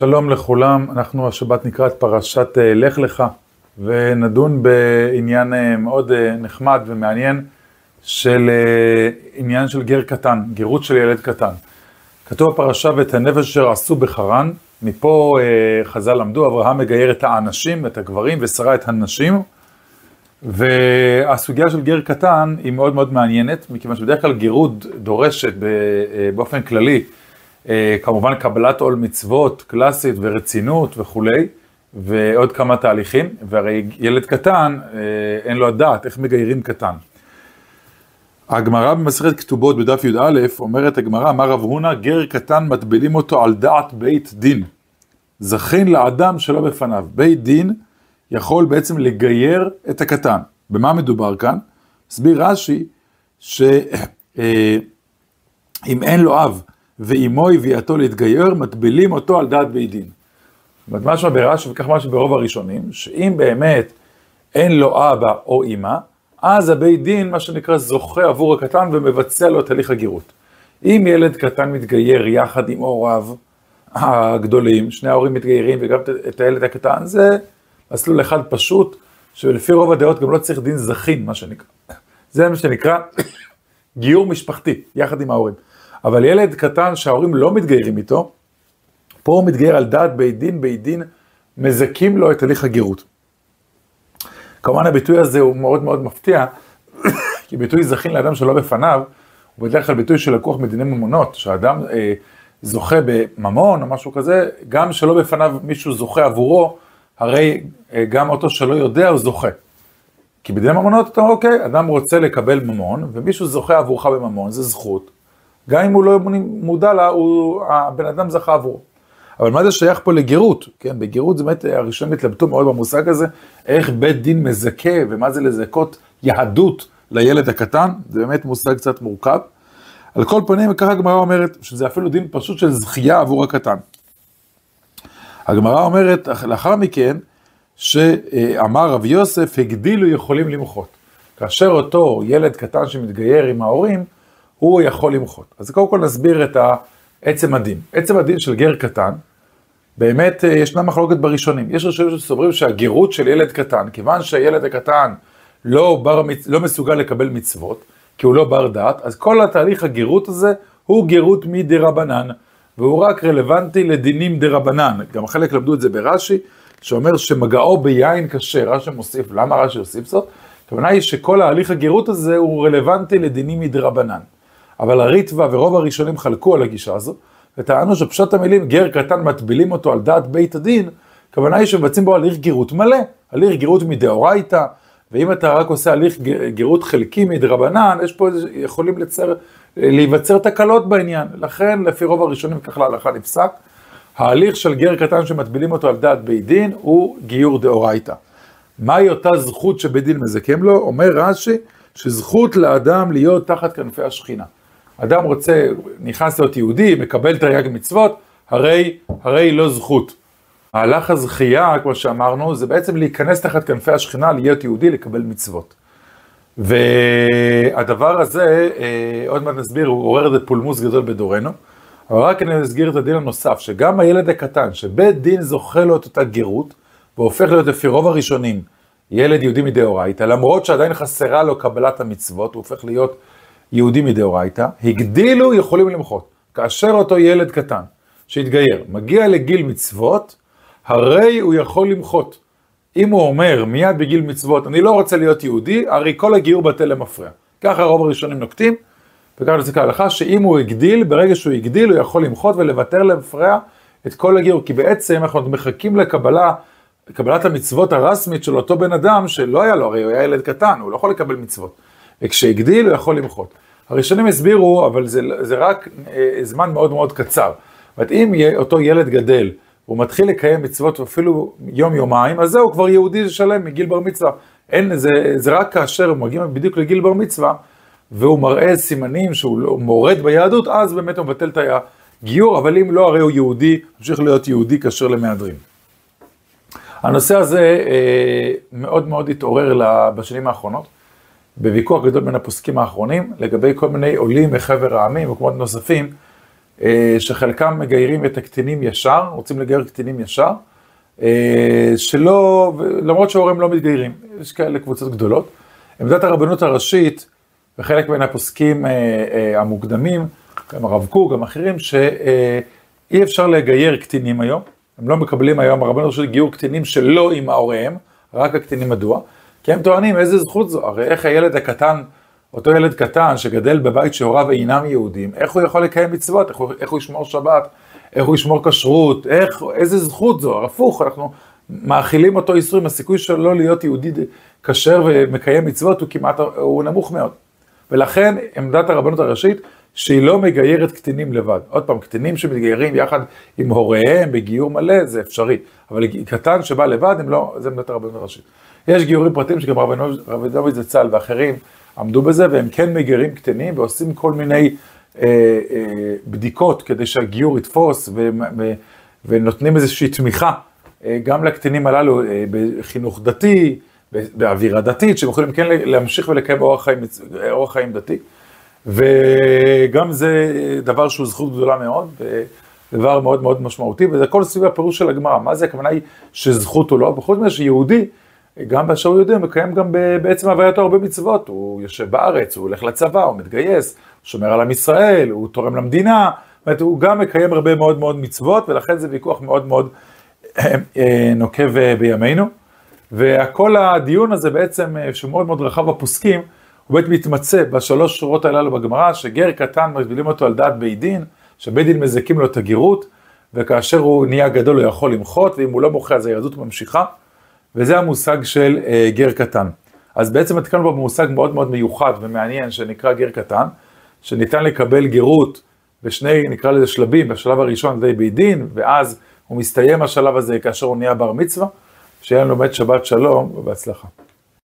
שלום לכולם, אנחנו השבת נקרא את פרשת לך לך, ונדון בעניין מאוד נחמד ומעניין של עניין של גר קטן, גירות של ילד קטן. כתוב בפרשה ואת הנפש אשר עשו בחרן, מפה חז"ל למדו, אברהם מגייר את האנשים, את הגברים, ושרה את הנשים, והסוגיה של גר קטן היא מאוד מאוד מעניינת, מכיוון שבדרך כלל גירות דורשת באופן כללי, כמובן קבלת עול מצוות, קלאסית ורצינות וכולי, ועוד כמה תהליכים, והרי ילד קטן אין לו הדעת איך מגיירים קטן. הגמרא במסכת כתובות בדף י"א אומרת הגמרא, אמר רב הונא, גר קטן מטבילים אותו על דעת בית דין, זכין לאדם שלא בפניו. בית דין יכול בעצם לגייר את הקטן. במה מדובר כאן? הסביר רש"י שאם אין לו אב ואימו הביאתו להתגייר, מטבילים אותו על דעת בית דין. משמע ברש"י וכך משהו ברוב הראשונים, שאם באמת אין לו אבא או אימא, אז הבית דין, מה שנקרא, זוכה עבור הקטן ומבצע לו את הליך הגירות. אם ילד קטן מתגייר יחד עם הוריו הגדולים, שני ההורים מתגיירים וגם את הילד הקטן, זה מסלול אחד פשוט, שלפי רוב הדעות גם לא צריך דין זכין, מה שנקרא. זה מה שנקרא גיור משפחתי, יחד עם ההורים. אבל ילד קטן שההורים לא מתגיירים איתו, פה הוא מתגייר על דעת בית דין מזכים לו את הליך הגירות. כמובן הביטוי הזה הוא מאוד מאוד מפתיע, כי ביטוי זכין לאדם שלא בפניו, הוא בדרך כלל ביטוי שלקוח מדיני ממונות, שהאדם זוכה בממון או משהו כזה, גם שלא בפניו מישהו זוכה עבורו, הרי גם אותו שלא יודע הוא זוכה. כי בדיני ממונות אתה אוקיי, אדם רוצה לקבל ממון, ומישהו זוכה עבורך בממון, זה זכות. גם אם הוא לא מודע לה, הבן אדם זכה עבורו. אבל מה זה שייך פה לגירות? כן, בגירות זה באמת, הראשונים התלבטו מאוד במושג הזה, איך בית דין מזכה, ומה זה לזכות יהדות לילד הקטן, זה באמת מושג קצת מורכב. על כל פנים, ככה הגמרא אומרת, שזה אפילו דין פשוט של זכייה עבור הקטן. הגמרא אומרת, לאחר מכן, שאמר רב יוסף, הגדילו יכולים למחות. כאשר אותו ילד קטן שמתגייר עם ההורים, הוא יכול למחות. אז קודם כל נסביר את עצם הדין. עצם הדין של גר קטן, באמת ישנה מחלוקת בראשונים. יש ראשונים שסוברים שהגירות של ילד קטן, כיוון שהילד הקטן לא מסוגל לקבל מצוות, כי הוא לא בר דעת, אז כל התהליך הגירות הזה הוא גירות מדרבנן, והוא רק רלוונטי לדינים דרבנן. גם חלק למדו את זה ברש"י, שאומר שמגעו ביין כשר. רש"י מוסיף, למה רש"י הוסיף זאת? הכוונה היא שכל ההליך הגירות הזה הוא רלוונטי לדינים מדרבנן. אבל הריטב"א ורוב הראשונים חלקו על הגישה הזו, וטענו שפשוט המילים גר קטן מטבילים אותו על דעת בית הדין, הכוונה היא שמבצעים בו הליך גירות מלא, הליך גירות מדאורייתא, ואם אתה רק עושה הליך גירות חלקי מדרבנן, יש פה יכולים להיווצר תקלות בעניין, לכן לפי רוב הראשונים כך להלכה נפסק, ההליך של גר קטן שמטבילים אותו על דעת בית דין הוא גיור דאורייתא. מהי אותה זכות שבית דין מזכים לו? אומר רש"י, שזכות לאדם להיות תחת כנפי השכינה. אדם רוצה, נכנס להיות יהודי, מקבל תרי"ג מצוות, הרי לא זכות. ההלך הזכייה, כמו שאמרנו, זה בעצם להיכנס תחת כנפי השכינה, להיות יהודי, לקבל מצוות. והדבר הזה, עוד מעט נסביר, הוא עורר את פולמוס גדול בדורנו, אבל רק אני אסגיר את הדין הנוסף, שגם הילד הקטן, שבית דין זוכה לו את אותה גירות, והופך להיות לפי רוב הראשונים, ילד יהודי מדאורייתא, למרות שעדיין חסרה לו קבלת המצוות, הוא הופך להיות יהודי מדאורייתא, הגדילו יכולים למחות. כאשר אותו ילד קטן שהתגייר, מגיע לגיל מצוות, הרי הוא יכול למחות. אם הוא אומר מיד בגיל מצוות, אני לא רוצה להיות יהודי, הרי כל הגיור בטל למפרע. ככה רוב הראשונים נוקטים, וככה נצטרך להלכה, שאם הוא הגדיל, ברגע שהוא הגדיל, הוא יכול למחות ולוותר למפרע את כל הגיור, כי בעצם אנחנו מחכים לקבלת המצוות הרסמית של אותו בן אדם, שלא היה לו, הרי הוא היה ילד קטן, הוא לא יכול לקבל מצוות. וכשהגדיל הוא יכול למחות. הראשונים הסבירו, אבל זה רק זמן מאוד מאוד קצר. אם אותו ילד גדל, הוא מתחיל לקיים מצוות אפילו יום-יומיים, אז זהו, כבר יהודי שלם מגיל בר מצווה. זה רק כאשר הוא מגיע בדיוק לגיל בר מצווה, והוא מראה סימנים שהוא מורד ביהדות, אז באמת הוא מבטל את הגיור, אבל אם לא, הרי הוא יהודי, ממשיך להיות יהודי כאשר למהדרין. הנושא הזה מאוד מאוד התעורר בשנים האחרונות, בוויכוח גדול בין הפוסקים האחרונים, לגבי כל מיני עולים מחבר העמים וכמות נוספים, שחלקם מגיירים את הקטינים ישר, רוצים לגייר קטינים ישר, שלא, למרות שההורים לא מתגיירים, יש כאלה קבוצות גדולות. עמדת הרבנות הראשית, וחלק בין הפוסקים המוקדמים, גם הרב קוק, גם אחרים, שאי אפשר לגייר קטינים היום, הם לא מקבלים היום הרבנות הראשית גיור קטינים שלא עם ההוריהם, רק הקטינים. מדוע? כי הם טוענים איזה זכות זו, הרי איך הילד הקטן, אותו ילד קטן שגדל בבית שהוריו אינם יהודים, איך הוא יכול לקיים מצוות, איך הוא ישמור שבת, איך הוא ישמור כשרות, איזה זכות זו, הפוך, אנחנו מאכילים אותו איסורים, הסיכוי שלו להיות יהודי כשר ומקיים מצוות הוא נמוך מאוד. ולכן עמדת הרבנות הראשית שהיא לא מגיירת קטינים לבד. עוד פעם, קטינים שמתגיירים יחד עם הוריהם בגיור מלא, זה אפשרי. אבל קטן שבא לבד, זה עמדת הרבנות הראשית. יש גיורים פרטיים שגם רבי דוד זצ"ל ואחרים עמדו בזה, והם כן מגיירים קטינים ועושים כל מיני בדיקות כדי שהגיור יתפוס, ונותנים איזושהי תמיכה גם לקטינים הללו בחינוך דתי, באווירה דתית, שהם יכולים כן להמשיך ולקיים אורח חיים דתי. וגם זה דבר שהוא זכות גדולה מאוד, דבר מאוד מאוד משמעותי, וזה כל סביב הפירוש של הגמרא. מה זה? הכוונה היא שזכות הוא לא, בחוץ מזה שיהודי, גם באשר הוא יהודי, הוא מקיים גם בעצם הווייתו הרבה מצוות, הוא יושב בארץ, הוא הולך לצבא, הוא מתגייס, הוא שומר על עם ישראל, הוא תורם למדינה, זאת אומרת, הוא גם מקיים הרבה מאוד מאוד מצוות, ולכן זה ויכוח מאוד מאוד נוקב בימינו. וכל הדיון הזה בעצם, שמאוד מאוד רחב הפוסקים, הוא בעצם מתמצא בשלוש שורות הללו בגמרא, שגר קטן מבדילים אותו על דעת בית דין, שבית דין מזכים לו את הגירות, וכאשר הוא נהיה גדול הוא יכול למחות, ואם הוא לא מוחה אז היהדות ממשיכה, וזה המושג של גר קטן. אז בעצם התקנו פה במושג מאוד מאוד מיוחד ומעניין, שנקרא גר קטן, שניתן לקבל גירות בשני, נקרא לזה שלבים, בשלב הראשון על ידי בית דין, ואז הוא מסתיים השלב הזה כאשר הוא נהיה בר מצווה, שיהיה לנו באמת שבת שלום ובהצלחה.